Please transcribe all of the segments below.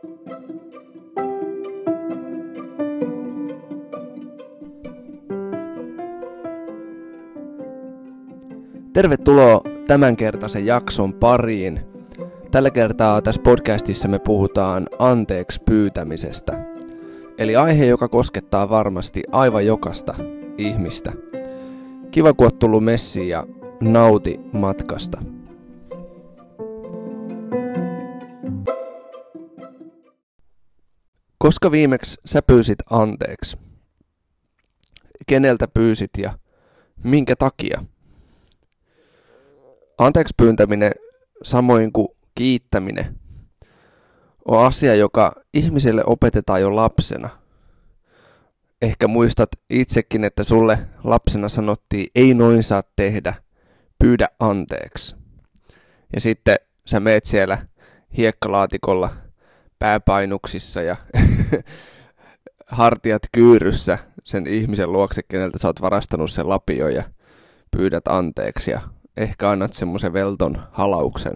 Tervetuloa tämänkertaisen jakson pariin. Tällä kertaa tässä podcastissa me puhutaan anteeksi pyytämisestä. Eli aihe, joka koskettaa varmasti aivan jokaista ihmistä. Kiva, kun oot tullut messiin ja nauti matkasta. Koska viimeksi sä pyysit anteeksi? Keneltä pyysit ja minkä takia? Anteeksi pyyntäminen, samoin kuin kiittäminen, on asia, joka ihmiselle opetetaan jo lapsena. Ehkä muistat itsekin, että sulle lapsena sanottiin, ei noin saa tehdä, pyydä anteeksi. Ja sitten sä meet siellä hiekkalaatikolla pääpainuksissa ja hartiat kyyryssä sen ihmisen luokse, keneltä sä oot varastanut sen lapion ja pyydät anteeksi ja ehkä annat semmoisen velton halauksen.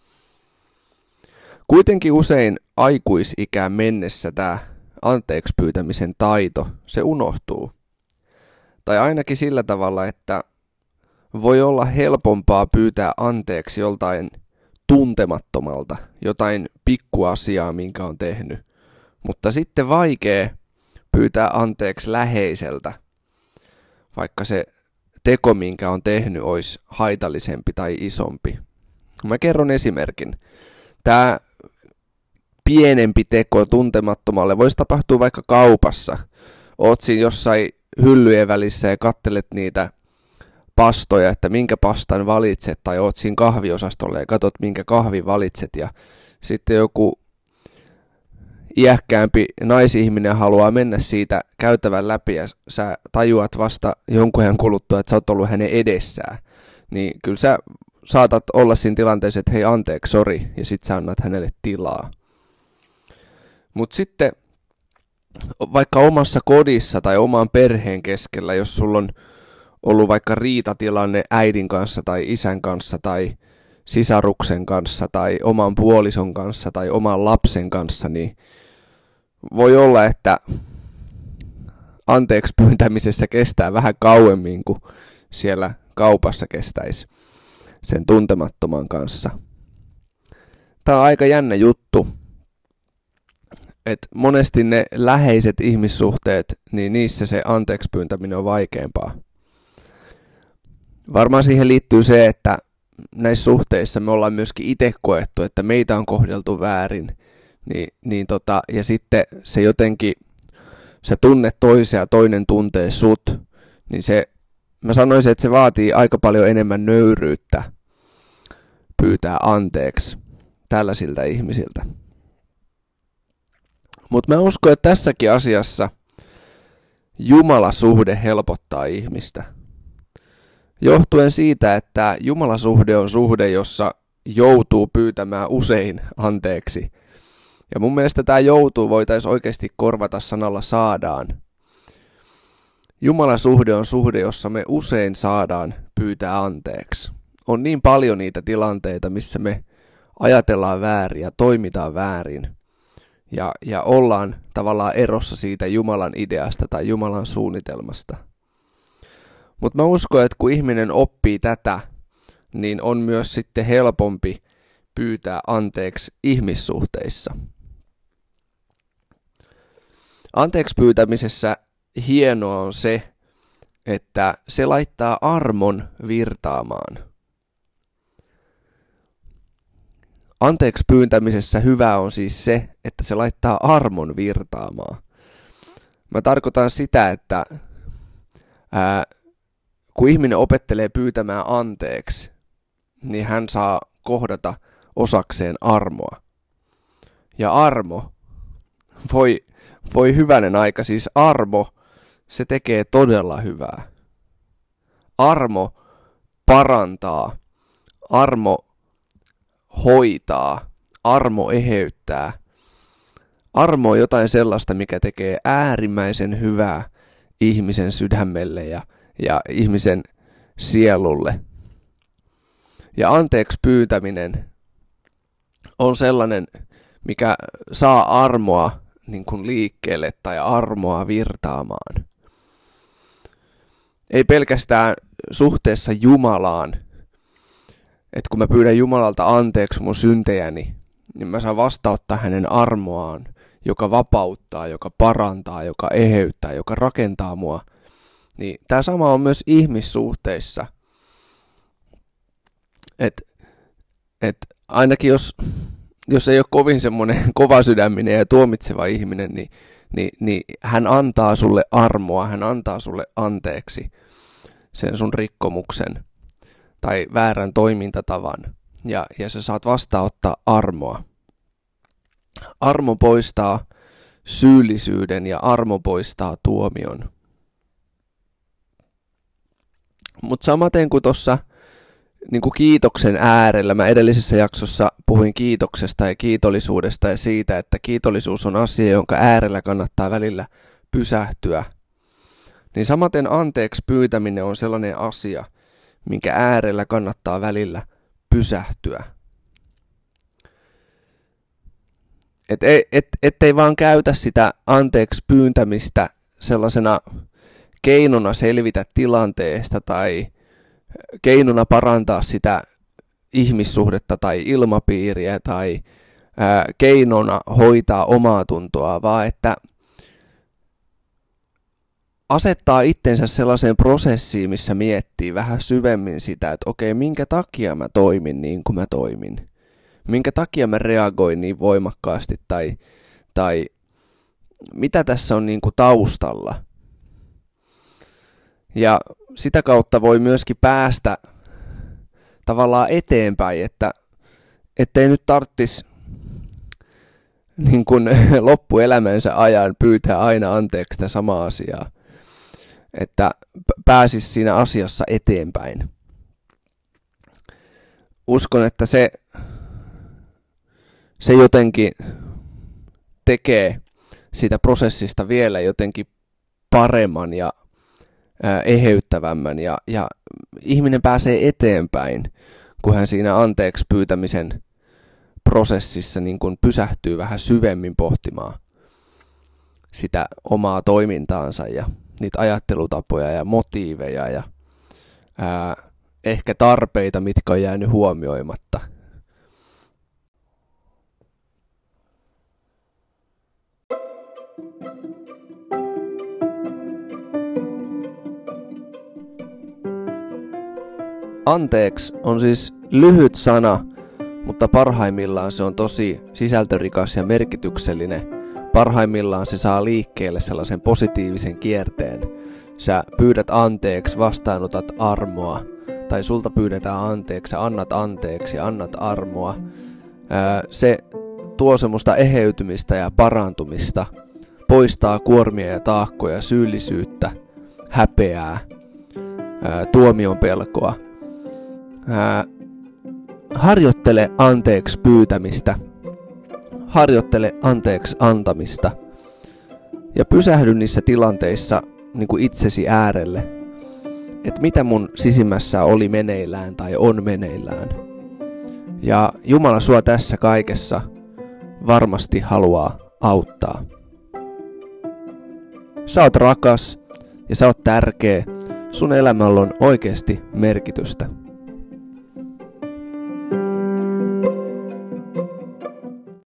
Kuitenkin usein aikuisikään mennessä tämä anteeksi pyytämisen taito, se unohtuu. Tai ainakin sillä tavalla, että voi olla helpompaa pyytää anteeksi joltain tuntemattomalta, jotain pikkuasiaa, minkä on tehnyt. Mutta sitten vaikea pyytää anteeksi läheiseltä, vaikka se teko, minkä on tehnyt, olisi haitallisempi tai isompi. Mä kerron esimerkin. Tämä pienempi teko tuntemattomalle voisi tapahtua vaikka kaupassa. Oot siinä jossain hyllyjen välissä ja kattelet niitä pastoja, että minkä pastan valitset, tai oot siinä kahviosastolla ja katot, minkä kahvin valitset, ja sitten joku iäkkäämpi naisihminen haluaa mennä siitä käytävän läpi ja sä tajuat vasta jonkun ajan kuluttua, että sä oot ollut hänen edessään. Niin kyllä sä saatat olla siinä tilanteessa, että hei anteeksi, sori, ja sit sä annat hänelle tilaa. Mut sitten vaikka omassa kodissa tai oman perheen keskellä, jos sulla on ollut vaikka riitatilanne äidin kanssa tai isän kanssa tai sisaruksen kanssa tai oman puolison kanssa tai oman lapsen kanssa, niin voi olla, että anteeksi pyyntämisessä kestää vähän kauemmin kuin siellä kaupassa kestäisi sen tuntemattoman kanssa. Tämä on aika jännä juttu, että monesti ne läheiset ihmissuhteet, niin niissä se anteeksi pyyntäminen on vaikeampaa. Varmaan siihen liittyy se, että näissä suhteissa me ollaan myöskin itse koettu, että meitä on kohdeltu väärin, ja sitten se jotenkin, sä tunnet toisia ja toinen tuntee sut, niin mä sanoisin, että se vaatii aika paljon enemmän nöyryyttä pyytää anteeksi tällaisilta ihmisiltä. Mutta mä uskon, että tässäkin asiassa Jumalasuhde helpottaa ihmistä. Johtuen siitä, että Jumalasuhde on suhde, jossa joutuu pyytämään usein anteeksi. Ja mun mielestä tämä joutuu voitaisiin oikeasti korvata sanalla saadaan. Jumalasuhde on suhde, jossa me usein saadaan pyytää anteeksi. On niin paljon niitä tilanteita, missä me ajatellaan väärin ja toimitaan väärin. Ja ollaan tavallaan erossa siitä Jumalan ideasta tai Jumalan suunnitelmasta. Mutta mä uskon, että kun ihminen oppii tätä, niin on myös sitten helpompi pyytää anteeksi ihmissuhteissa. Anteeksi pyytämisessä hienoa on se, että se laittaa armon virtaamaan. Anteeksi pyyntämisessä hyvää on siis se, että se laittaa armon virtaamaan. Mä tarkoitan sitä, että kun ihminen opettelee pyytämään anteeksi, niin hän saa kohdata osakseen armoa. Ja armo, voi hyvänen aika, siis armo, se tekee todella hyvää. Armo parantaa, armo hoitaa, armo eheyttää. Armo on jotain sellaista, mikä tekee äärimmäisen hyvää ihmisen sydämelle ja ihmisen sielulle. Ja anteeksi pyytäminen on sellainen, mikä saa armoa niin kuin liikkeelle tai armoa virtaamaan. Ei pelkästään suhteessa Jumalaan, että kun mä pyydän Jumalalta anteeksi mun syntejäni, niin mä saan vastauttaa hänen armoaan, joka vapauttaa, joka parantaa, joka eheyttää, joka rakentaa mua. Niin tää sama on myös ihmissuhteissa. Et ainakin jos ei ole kovin semmoinen kovasydäminen ja tuomitseva ihminen, niin hän antaa sulle armoa, hän antaa sulle anteeksi sen sun rikkomuksen tai väärän toimintatavan. Ja sä saat vastaanottaa armoa. Armo poistaa syyllisyyden ja armo poistaa tuomion. Mutta samaten kuin tuossa niin kuin kiitoksen äärellä, mä edellisessä jaksossa puhuin kiitoksesta ja kiitollisuudesta ja siitä, että kiitollisuus on asia, jonka äärellä kannattaa välillä pysähtyä. Niin samaten anteeksi pyytäminen on sellainen asia, minkä äärellä kannattaa välillä pysähtyä. Ettei vaan käytä sitä anteeksi pyyntämistä sellaisena keinona selvitä tilanteesta tai keinona parantaa sitä ihmissuhdetta tai ilmapiiriä tai keinona hoitaa omaa tuntoa, vaan että asettaa itsensä sellaiseen prosessiin, missä miettii vähän syvemmin sitä, että okei, minkä takia mä toimin niin kuin mä toimin. Minkä takia mä reagoin niin voimakkaasti tai mitä tässä on niin kuin taustalla. Ja sitä kautta voi myöskin päästä tavallaan eteenpäin, ettei nyt tarvitsisi niin kuin loppuelämänsä ajan pyytää aina anteeksi sitä samaa asiaa. Että pääsisi siinä asiassa eteenpäin. Uskon, että se jotenkin tekee siitä prosessista vielä jotenkin paremman ja eheyttävämmän ja ihminen pääsee eteenpäin, kun hän siinä anteeksi pyytämisen prosessissa niin kun pysähtyy vähän syvemmin pohtimaan sitä omaa toimintaansa ja niitä ajattelutapoja ja motiiveja ja ehkä tarpeita, mitkä on jäänyt huomioimatta. Anteeksi on siis lyhyt sana, mutta parhaimmillaan se on tosi sisältörikas ja merkityksellinen. Parhaimmillaan se saa liikkeelle sellaisen positiivisen kierteen. Sä pyydät anteeksi, vastaanotat armoa, tai sulta pyydetään anteeksi, sä annat anteeksi ja annat armoa. Se tuo semmoista eheytymistä ja parantumista, poistaa kuormia ja taakkoja, syyllisyyttä, häpeää, tuomion pelkoa. Harjoittele anteeksi pyytämistä, harjoittele anteeksi antamista ja pysähdy niissä tilanteissa niin kuin itsesi äärelle, että mitä mun sisimmässä oli meneillään tai on meneillään. Ja Jumala sua tässä kaikessa varmasti haluaa auttaa. Sä oot rakas ja sä oot tärkeä, sun elämällä on oikeasti merkitystä.